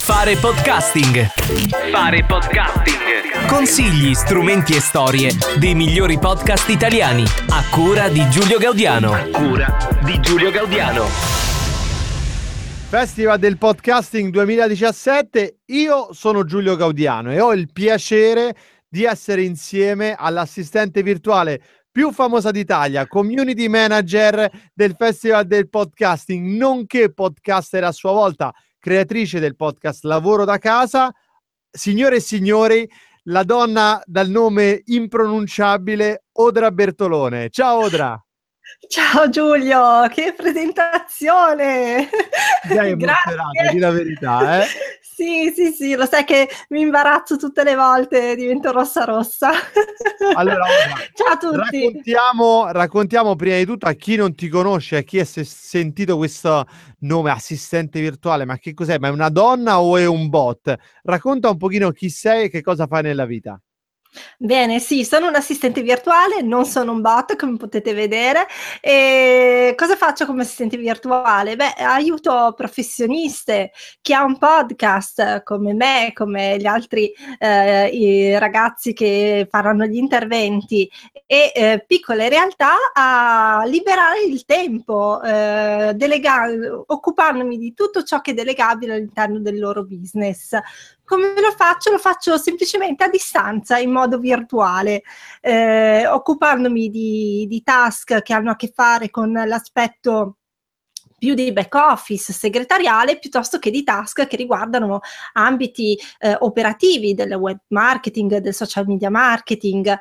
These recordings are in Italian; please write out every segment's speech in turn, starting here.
Fare podcasting. Fare podcasting. Consigli, strumenti e storie dei migliori podcast italiani. A cura di Giulio Gaudiano. Festival del Podcasting 2017, io sono Giulio Gaudiano e ho il piacere di essere insieme all'assistente virtuale più famosa d'Italia, community manager del Festival del Podcasting, nonché podcaster a sua volta, creatrice del podcast Lavoro da Casa. Signore e signori, la donna dal nome impronunciabile Odra Bertolone. Ciao Odra! Ciao Giulio, che presentazione! Sei emozionata, di la verità, eh? Sì, lo sai che mi imbarazzo tutte le volte, divento rossa. Allora, ciao a tutti! Raccontiamo prima di tutto a chi non ti conosce, a chi ha sentito questo nome, assistente virtuale, ma che cos'è? Ma è una donna o è un bot? Racconta un pochino chi sei e che cosa fai nella vita. Bene, sì, sono un assistente virtuale, non sono un bot, come potete vedere. E cosa faccio come assistente virtuale? Beh, aiuto professioniste, chi ha un podcast come me, come gli altri i ragazzi che faranno gli interventi e piccole realtà a liberare il tempo, occupandomi di tutto ciò che è delegabile all'interno del loro business. Come lo faccio? Lo faccio semplicemente a distanza, in modo virtuale, occupandomi di task che hanno a che fare con l'aspetto più di back office, segretariale, piuttosto che di task che riguardano ambiti operativi del web marketing, del social media marketing.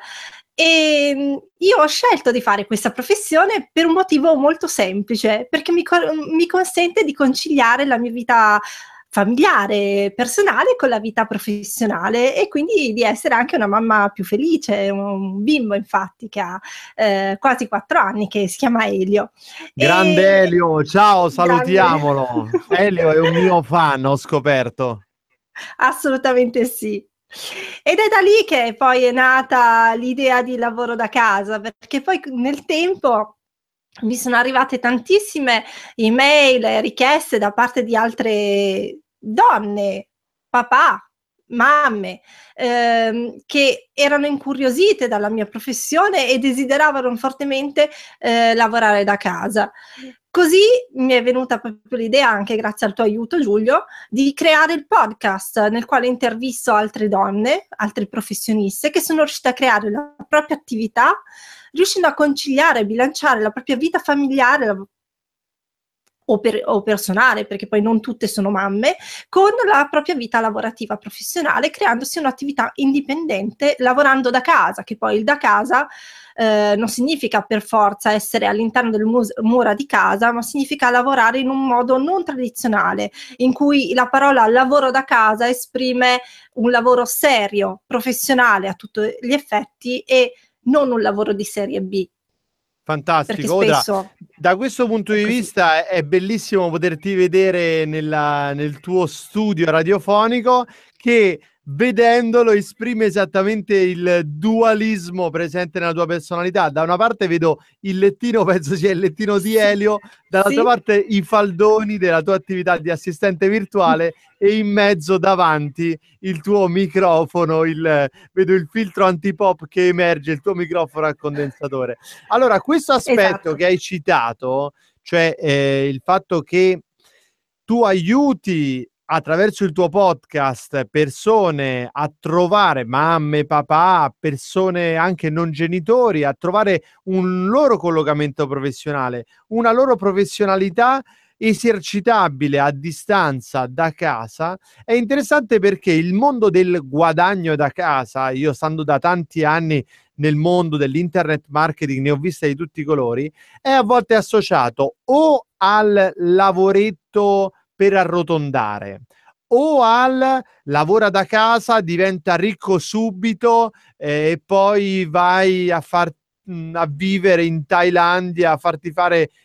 E io ho scelto di fare questa professione per un motivo molto semplice, perché mi consente di conciliare la mia vita familiare, personale con la vita professionale e quindi di essere anche una mamma più felice, un bimbo infatti che ha quasi 4 anni, che si chiama Elio. Grande Elio, ciao, salutiamolo. Elio è un mio fan, ho scoperto. Assolutamente sì. Ed è da lì che poi è nata l'idea di lavoro da casa, perché poi nel tempo mi sono arrivate tantissime email e richieste da parte di altre donne, papà, mamme, che erano incuriosite dalla mia professione e desideravano fortemente lavorare da casa. Così mi è venuta proprio l'idea, anche grazie al tuo aiuto Giulio, di creare il podcast nel quale intervisto altre donne, altre professioniste che sono riuscite a creare la propria attività, riuscendo a conciliare e bilanciare la propria vita familiare o personale, perché poi non tutte sono mamme, con la propria vita lavorativa professionale, creandosi un'attività indipendente lavorando da casa, che poi il da casa non significa per forza essere all'interno delle mura di casa, ma significa lavorare in un modo non tradizionale, in cui la parola lavoro da casa esprime un lavoro serio, professionale a tutti gli effetti e non un lavoro di serie B. Fantastico, Odra. Da questo punto di vista è bellissimo poterti vedere nel tuo studio radiofonico che vedendolo esprime esattamente il dualismo presente nella tua personalità. Da una parte vedo il lettino, penso sia il lettino di Elio, dall'altra parte i faldoni della tua attività di assistente virtuale e in mezzo davanti il tuo microfono, vedo il filtro antipop che emerge, il tuo microfono a condensatore. Allora, questo aspetto che hai citato, cioè il fatto che tu aiuti attraverso il tuo podcast persone a trovare, mamme, papà, persone anche non genitori, a trovare un loro collocamento professionale, una loro professionalità esercitabile a distanza da casa, è interessante perché il mondo del guadagno da casa, io stando da tanti anni nel mondo dell'internet marketing, ne ho viste di tutti i colori, è a volte associato o al lavoretto per arrotondare o al lavora da casa, diventa ricco subito e poi vai a vivere in Thailandia, a farti fare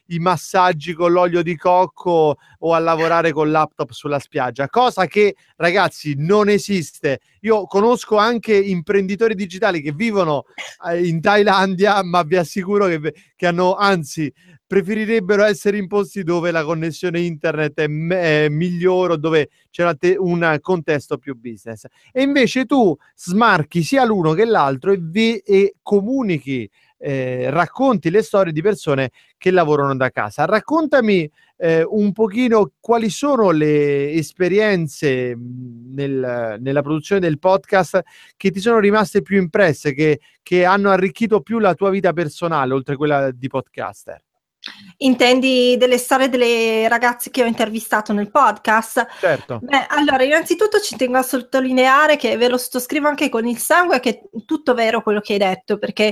i massaggi con l'olio di cocco o a lavorare con laptop sulla spiaggia, cosa che, ragazzi, non esiste. Io conosco anche imprenditori digitali che vivono in Thailandia, ma vi assicuro che hanno, anzi, preferirebbero essere in posti dove la connessione internet è migliore o dove c'è un contesto più business. E invece tu smarchi sia l'uno che l'altro e comunichi, racconti le storie di persone che lavorano da casa. Raccontami un pochino quali sono le esperienze nella produzione del podcast che ti sono rimaste più impresse, che hanno arricchito più la tua vita personale, oltre quella di podcaster. Intendi delle storie delle ragazze che ho intervistato nel podcast? Certo. Beh, allora, innanzitutto ci tengo a sottolineare che ve lo sottoscrivo anche con il sangue, che è tutto vero quello che hai detto, perché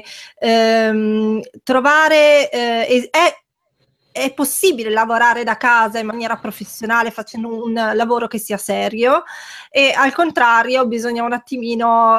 trovare è possibile lavorare da casa in maniera professionale facendo un lavoro che sia serio, e al contrario bisogna un attimino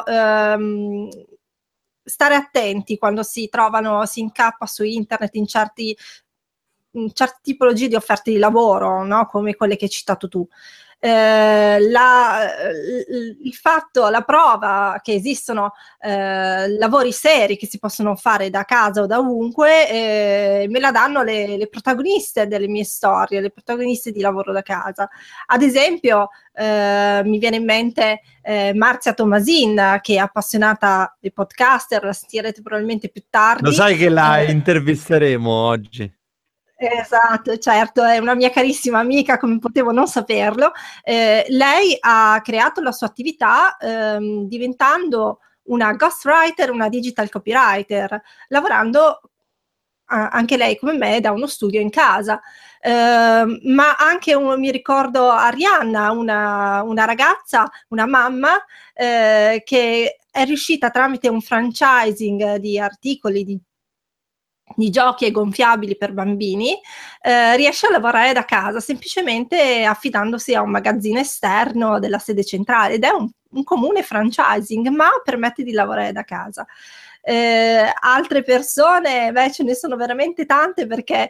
stare attenti quando si incappa su internet in certe tipologie di offerte di lavoro, no? Come quelle che hai citato tu. Il fatto, la prova che esistono lavori seri che si possono fare da casa o da ovunque, me la danno le protagoniste delle mie storie, le protagoniste di lavoro da casa. Ad esempio, mi viene in mente Marzia Tomasin, che è appassionata di podcaster, la sentirete probabilmente più tardi. Lo sai che la intervisteremo oggi? Esatto, certo, è una mia carissima amica, come potevo non saperlo. Lei ha creato la sua attività diventando una ghostwriter, una digital copywriter, lavorando anche lei come me da uno studio in casa. Ma anche mi ricordo Arianna, una ragazza, una mamma che è riuscita tramite un franchising di articoli di giochi e gonfiabili per bambini, riesce a lavorare da casa semplicemente affidandosi a un magazzino esterno della sede centrale, ed è un comune franchising, ma permette di lavorare da casa. Altre persone, beh, ce ne sono veramente tante, perché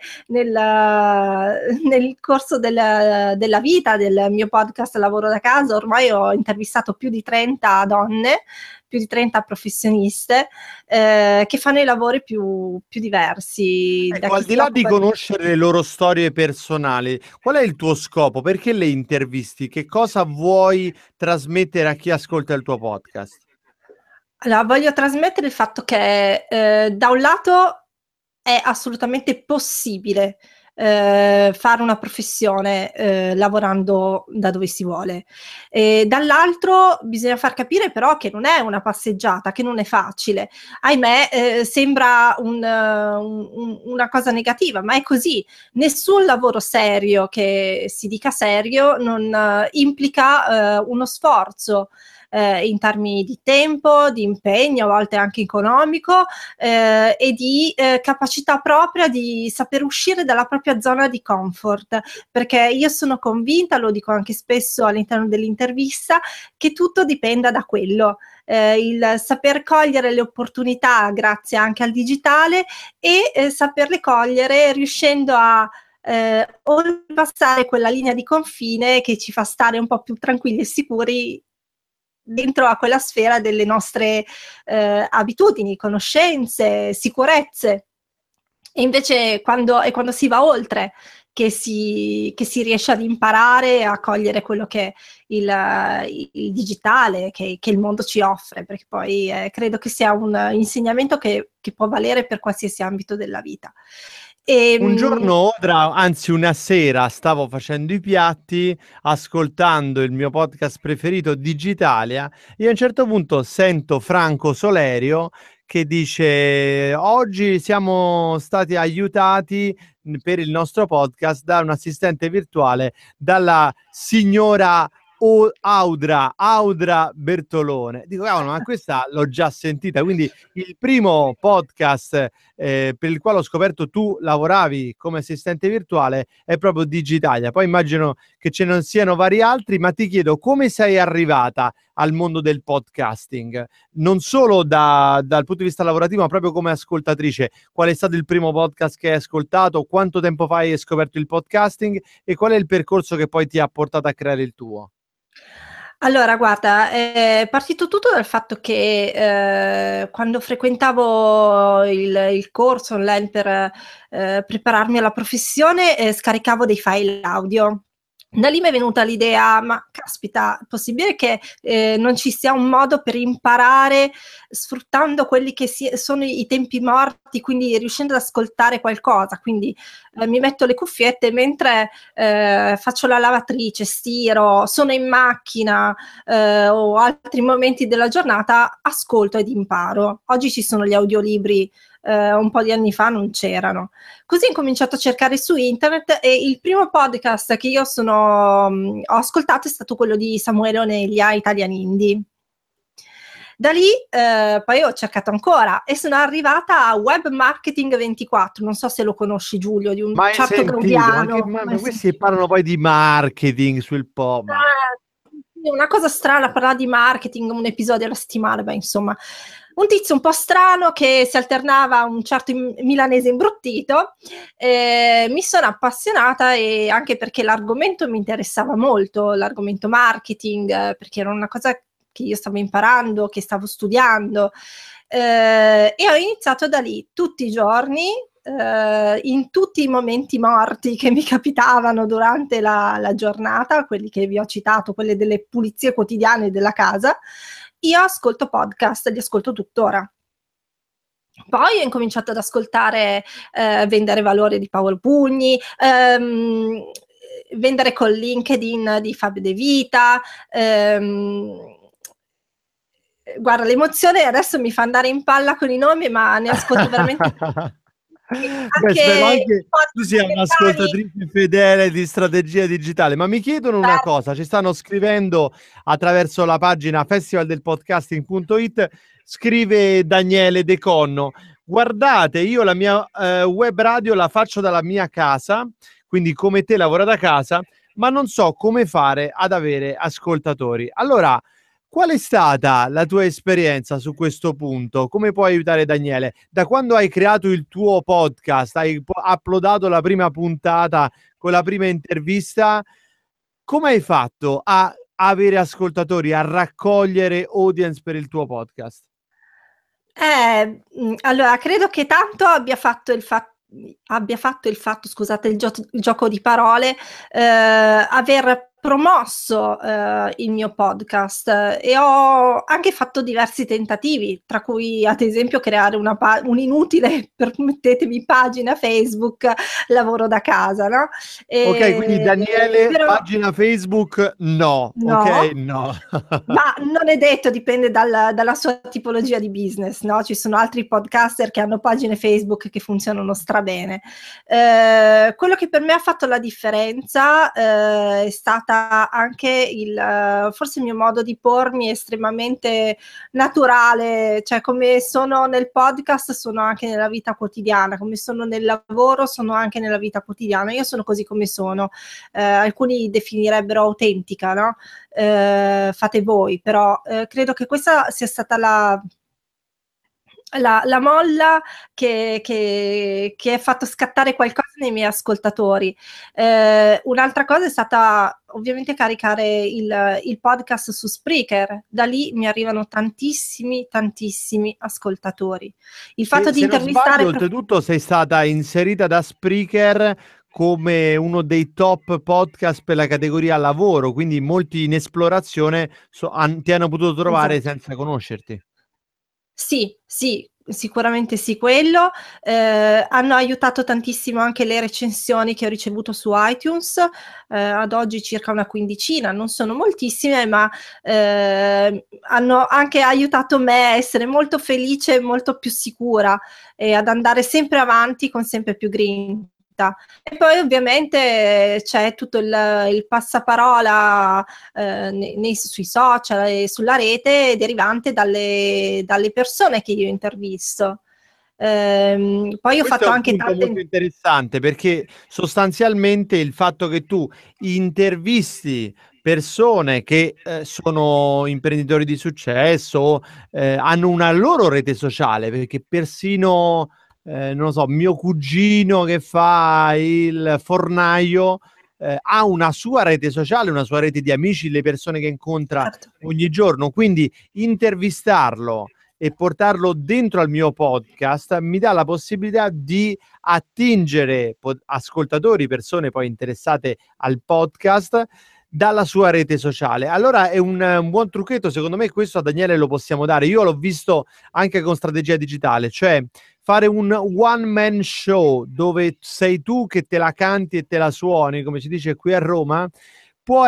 nel corso della vita del mio podcast Lavoro da casa ormai ho intervistato più di 30 donne, più di 30 professioniste che fanno i lavori più diversi. Ecco, al di là di conoscere le loro storie personali, qual è il tuo scopo? Perché le intervisti? Che cosa vuoi trasmettere a chi ascolta il tuo podcast? Allora, voglio trasmettere il fatto che da un lato è assolutamente possibile fare una professione lavorando da dove si vuole, e dall'altro bisogna far capire però che non è una passeggiata, che non è facile. Ahimè, sembra una cosa negativa, ma è così. Nessun lavoro serio, che si dica serio, non implica uno sforzo in termini di tempo, di impegno, a volte anche economico, e di capacità propria di saper uscire dalla propria zona di comfort, perché io sono convinta, lo dico anche spesso all'interno dell'intervista, che tutto dipenda da quello. Il saper cogliere le opportunità grazie anche al digitale, e saperle cogliere riuscendo a oltrepassare quella linea di confine che ci fa stare un po' più tranquilli e sicuri dentro a quella sfera delle nostre abitudini, conoscenze, sicurezze. E invece quando si va oltre, che si riesce ad imparare a cogliere quello che il digitale, che il mondo ci offre, perché poi credo che sia un insegnamento che può valere per qualsiasi ambito della vita. Un giorno, anzi una sera, stavo facendo i piatti, ascoltando il mio podcast preferito, Digitalia, e a un certo punto sento Franco Solerio che dice: oggi siamo stati aiutati per il nostro podcast da un assistente virtuale, dalla signora Audra Bertolone. Dico, cavolo, ma questa l'ho già sentita. Quindi il primo podcast per il quale ho scoperto tu lavoravi come assistente virtuale è proprio Digitalia. Poi immagino che ce ne siano vari altri, ma ti chiedo come sei arrivata al mondo del podcasting, non solo dal punto di vista lavorativo, ma proprio come ascoltatrice. Qual è stato il primo podcast che hai ascoltato? Quanto tempo fa hai scoperto il podcasting? E qual è il percorso che poi ti ha portato a creare il tuo? Allora, guarda, è partito tutto dal fatto che quando frequentavo il corso online per prepararmi alla professione, scaricavo dei file audio. Da lì mi è venuta l'idea, ma caspita, è possibile che non ci sia un modo per imparare sfruttando quelli che sono i tempi morti, quindi riuscendo ad ascoltare qualcosa. Quindi mi metto le cuffiette mentre faccio la lavatrice, stiro, sono in macchina o altri momenti della giornata, ascolto ed imparo. Oggi ci sono gli audiolibri, un po' di anni fa non c'erano. Così ho cominciato a cercare su internet e il primo podcast che io ho ascoltato è stato quello di Samuele Oneglia, Italian Indie. Da lì poi ho cercato ancora e sono arrivata a Web Marketing 24, non so se lo conosci Giulio, di un certo Gaudiano. Ma questi parlano poi di marketing sul pod. Una cosa strana, parlare di marketing, un episodio alla settimana, beh insomma. Un tizio un po' strano che si alternava a un certo milanese imbruttito, mi sono appassionata e anche perché l'argomento mi interessava molto, l'argomento marketing, perché era una cosa che io stavo imparando, che stavo studiando, e ho iniziato da lì tutti i giorni, in tutti i momenti morti che mi capitavano durante la giornata, quelli che vi ho citato, quelle delle pulizie quotidiane della casa, io ascolto podcast, li ascolto tuttora. Poi ho incominciato ad ascoltare Vendere Valore di Paolo Pugni, Vendere con LinkedIn di Fabio De Vita. Guarda, l'emozione adesso mi fa andare in palla con i nomi, ma ne ascolto veramente. Spero anche tu sia un'ascoltatrice fedele di Strategia Digitale, ma mi chiedono una cosa, ci stanno scrivendo attraverso la pagina festivaldelpodcasting.it, scrive Daniele De Conno: guardate, io la mia web radio la faccio dalla mia casa, quindi come te lavora da casa, ma non so come fare ad avere ascoltatori. Allora, qual è stata la tua esperienza su questo punto? Come puoi aiutare Daniele? Da quando hai creato il tuo podcast, hai uploadato la prima puntata con la prima intervista, come hai fatto a avere ascoltatori, a raccogliere audience per il tuo podcast? Allora, credo che tanto abbia fatto il fatto, scusate il gioco di parole, aver promosso il mio podcast, e ho anche fatto diversi tentativi, tra cui ad esempio creare un'inutile, permettetemi, pagina Facebook Lavoro da casa, no? Ok, quindi Daniele, pagina Facebook no. Ok, no. Ma non è detto, dipende dalla sua tipologia di business, no? Ci sono altri podcaster che hanno pagine Facebook che funzionano strabene. Quello che per me ha fatto la differenza è stata anche forse il mio modo di pormi estremamente naturale, cioè come sono nel podcast sono anche nella vita quotidiana, come sono nel lavoro sono anche nella vita quotidiana. Io sono così come sono, alcuni definirebbero autentica, no? Fate voi, però credo che questa sia stata la molla che ha fatto scattare qualcosa nei miei ascoltatori. Un'altra cosa è stata ovviamente caricare il podcast su Spreaker. Da lì mi arrivano tantissimi ascoltatori. Il fatto di intervistare, oltretutto sei stata inserita da Spreaker come uno dei top podcast per la categoria lavoro, quindi molti in esplorazione ti hanno potuto trovare senza conoscerti. Sì, sicuramente sì, quello. Hanno aiutato tantissimo anche le recensioni che ho ricevuto su iTunes, ad oggi circa una quindicina, non sono moltissime, ma hanno anche aiutato me a essere molto felice, molto più sicura e ad andare sempre avanti con sempre più grinta. E poi ovviamente c'è tutto il passaparola sui social e sulla rete derivante dalle persone che io intervisto. Poi ho fatto anche tante... molto interessante, perché sostanzialmente il fatto che tu intervisti persone che sono imprenditori di successo, hanno una loro rete sociale, perché persino, non lo so, mio cugino che fa il fornaio ha una sua rete sociale, una sua rete di amici, le persone che incontra ogni giorno, quindi intervistarlo e portarlo dentro al mio podcast mi dà la possibilità di attingere ascoltatori, persone poi interessate al podcast dalla sua rete sociale. Allora è un buon trucchetto, secondo me questo a Daniele lo possiamo dare. Io l'ho visto anche con strategia digitale, cioè fare un one man show dove sei tu che te la canti e te la suoni, come si dice qui a Roma, può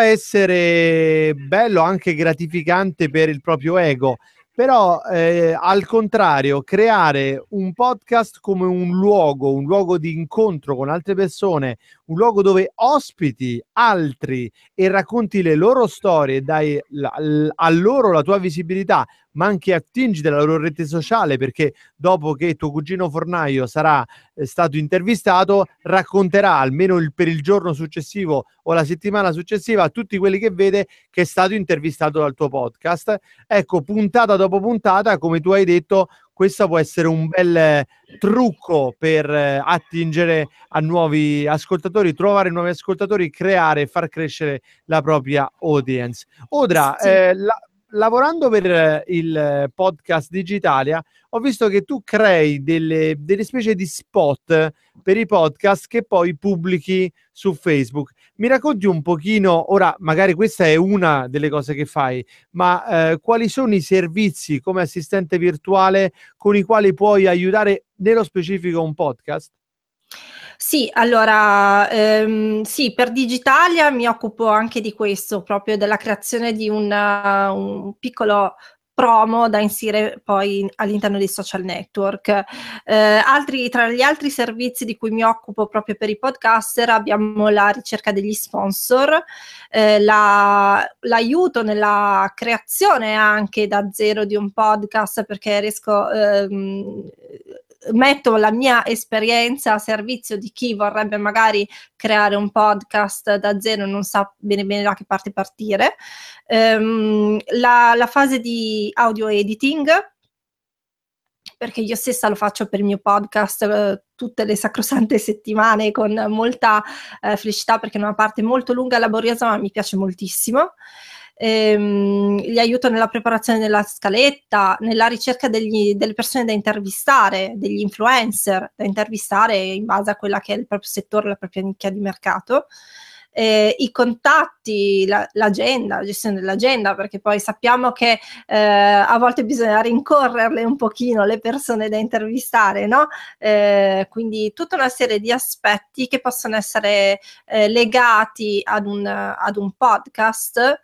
essere bello, anche gratificante per il proprio ego. Però al contrario, creare un podcast come un luogo di incontro con altre persone, un luogo dove ospiti altri e racconti le loro storie, dai a loro la tua visibilità, ma anche attingi della loro rete sociale, perché dopo che tuo cugino fornaio sarà stato intervistato, racconterà almeno per il giorno successivo o la settimana successiva a tutti quelli che vede che è stato intervistato dal tuo podcast. Ecco, puntata dopo puntata, come tu hai detto, questo può essere un bel trucco per attingere a nuovi ascoltatori, trovare nuovi ascoltatori, creare e far crescere la propria audience. Odra, sì. Lavorando per il podcast Digitalia, ho visto che tu crei delle specie di spot per i podcast che poi pubblichi su Facebook. Mi racconti un pochino, ora magari questa è una delle cose che fai, ma quali sono i servizi come assistente virtuale con i quali puoi aiutare nello specifico un podcast? Sì, allora, sì, per Digitalia mi occupo anche di questo, proprio della creazione di un piccolo promo da inserire poi all'interno dei social network. Tra gli altri servizi di cui mi occupo proprio per i podcaster abbiamo la ricerca degli sponsor, l'aiuto nella creazione anche da zero di un podcast, perché metto la mia esperienza a servizio di chi vorrebbe magari creare un podcast da zero e non sa bene da che parte partire. La fase di audio editing, perché io stessa lo faccio per il mio podcast tutte le sacrosante settimane con molta felicità, perché è una parte molto lunga e laboriosa, ma mi piace moltissimo. Gli aiuto nella preparazione della scaletta, nella ricerca delle persone da intervistare, degli influencer da intervistare in base a quella che è il proprio settore, la propria nicchia di mercato. I contatti, l'agenda, la gestione dell'agenda, perché poi sappiamo che a volte bisogna rincorrerle un pochino le persone da intervistare, no? Quindi tutta una serie di aspetti che possono essere legati ad un podcast.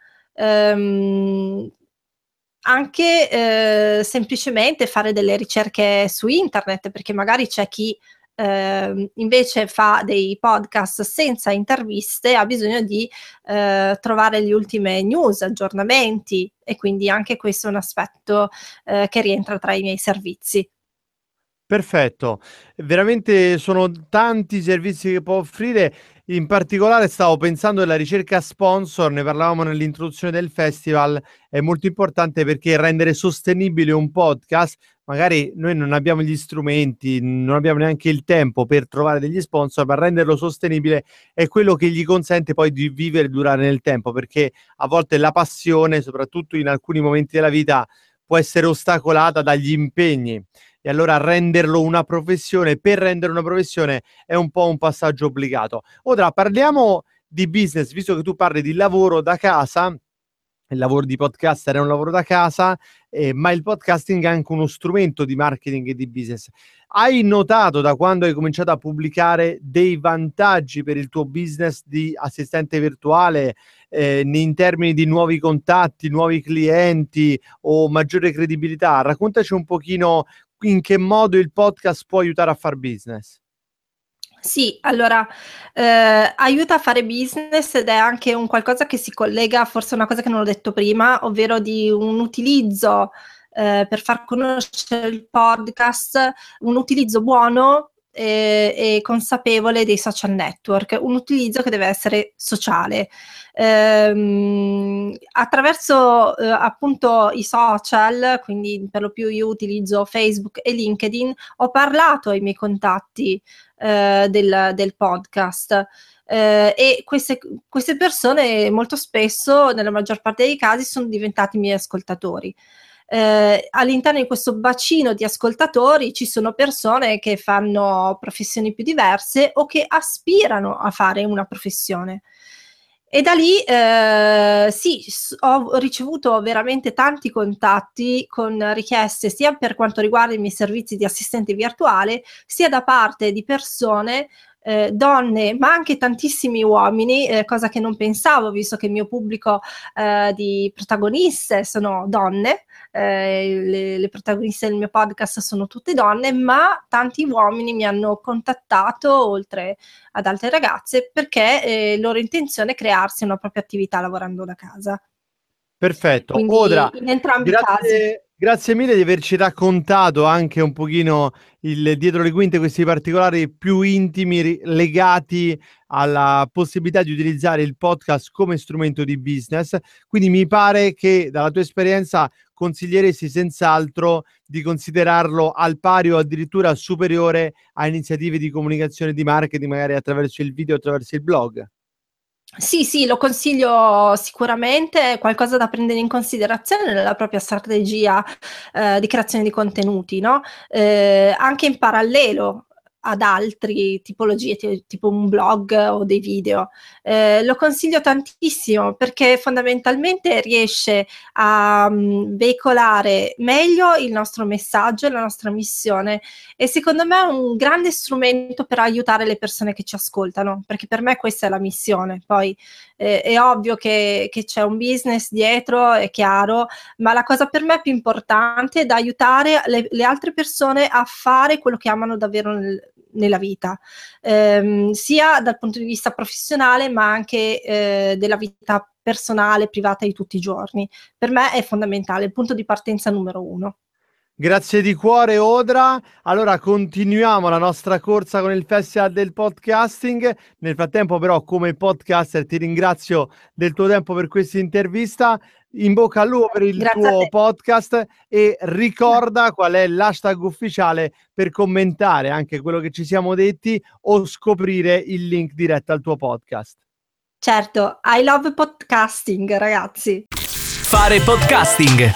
Anche semplicemente fare delle ricerche su internet, perché magari c'è chi invece fa dei podcast senza interviste, ha bisogno di trovare le ultime news, aggiornamenti, e quindi anche questo è un aspetto che rientra tra i miei servizi. Perfetto, veramente sono tanti servizi che può offrire. In particolare stavo pensando alla ricerca sponsor, ne parlavamo nell'introduzione del festival, è molto importante perché rendere sostenibile un podcast, magari noi non abbiamo gli strumenti, non abbiamo neanche il tempo per trovare degli sponsor, ma renderlo sostenibile è quello che gli consente poi di vivere e durare nel tempo, perché a volte la passione, soprattutto in alcuni momenti della vita, può essere ostacolata dagli impegni. E allora renderlo una professione, per rendere una professione, è un po' un passaggio obbligato. Ora parliamo di business, visto che tu parli di lavoro da casa. Il lavoro di podcaster è un lavoro da casa, ma il podcasting è anche uno strumento di marketing e di business. Hai notato, da quando hai cominciato a pubblicare, dei vantaggi per il tuo business di assistente virtuale in termini di nuovi contatti, nuovi clienti o maggiore credibilità? Raccontaci un pochino in che modo il podcast può aiutare a far business. Sì, allora aiuta a fare business, ed è anche un qualcosa che si collega, forse una cosa che non ho detto prima, ovvero di un utilizzo per far conoscere il podcast, un utilizzo buono e consapevole dei social network, un utilizzo che deve essere sociale. Attraverso appunto i social, quindi per lo più io utilizzo Facebook e LinkedIn, ho parlato ai miei contatti del podcast. E queste persone molto spesso, nella maggior parte dei casi, sono diventati miei ascoltatori. All'interno di questo bacino di ascoltatori ci sono persone che fanno professioni più diverse o che aspirano a fare una professione. E da lì ho ricevuto veramente tanti contatti con richieste sia per quanto riguarda i miei servizi di assistente virtuale, sia da parte di persone, donne, ma anche tantissimi uomini, cosa che non pensavo, visto che il mio pubblico di protagoniste sono donne. Le protagoniste del mio podcast sono tutte donne, ma tanti uomini mi hanno contattato, oltre ad altre ragazze, perché loro intenzione è crearsi una propria attività lavorando da casa. Perfetto. Quindi, Odra, in entrambi i casi. Grazie mille di averci raccontato anche un pochino il dietro le quinte, questi particolari più intimi legati alla possibilità di utilizzare il podcast come strumento di business. Quindi mi pare che dalla tua esperienza consiglieresti senz'altro di considerarlo al pari o addirittura superiore a iniziative di comunicazione e di marketing, magari attraverso il video, attraverso il blog. Sì, lo consiglio sicuramente, è qualcosa da prendere in considerazione nella propria strategia di creazione di contenuti, no? Anche in parallelo ad altre tipologie, tipo un blog o dei video. Lo consiglio tantissimo perché fondamentalmente riesce a veicolare meglio il nostro messaggio, la nostra missione, e secondo me è un grande strumento per aiutare le persone che ci ascoltano, perché per me questa è la missione. Poi è ovvio che c'è un business dietro, è chiaro, ma la cosa per me più importante è da aiutare le altre persone a fare quello che amano davvero nella vita, sia dal punto di vista professionale ma anche della vita personale, privata di tutti i giorni. Per me è fondamentale, il punto di partenza numero 1. Grazie di cuore, Odra. Allora continuiamo la nostra corsa con il Festival del Podcasting. Nel frattempo però, come podcaster, ti ringrazio del tuo tempo per questa intervista. In bocca al lupo per il tuo podcast e ricorda qual è l'hashtag ufficiale per commentare anche quello che ci siamo detti o scoprire il link diretto al tuo podcast. Certo, I love podcasting, ragazzi. Fare podcasting.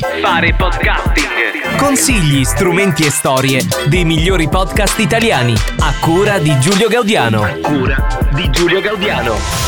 Consigli, strumenti e storie dei migliori podcast italiani a cura di Giulio Gaudiano.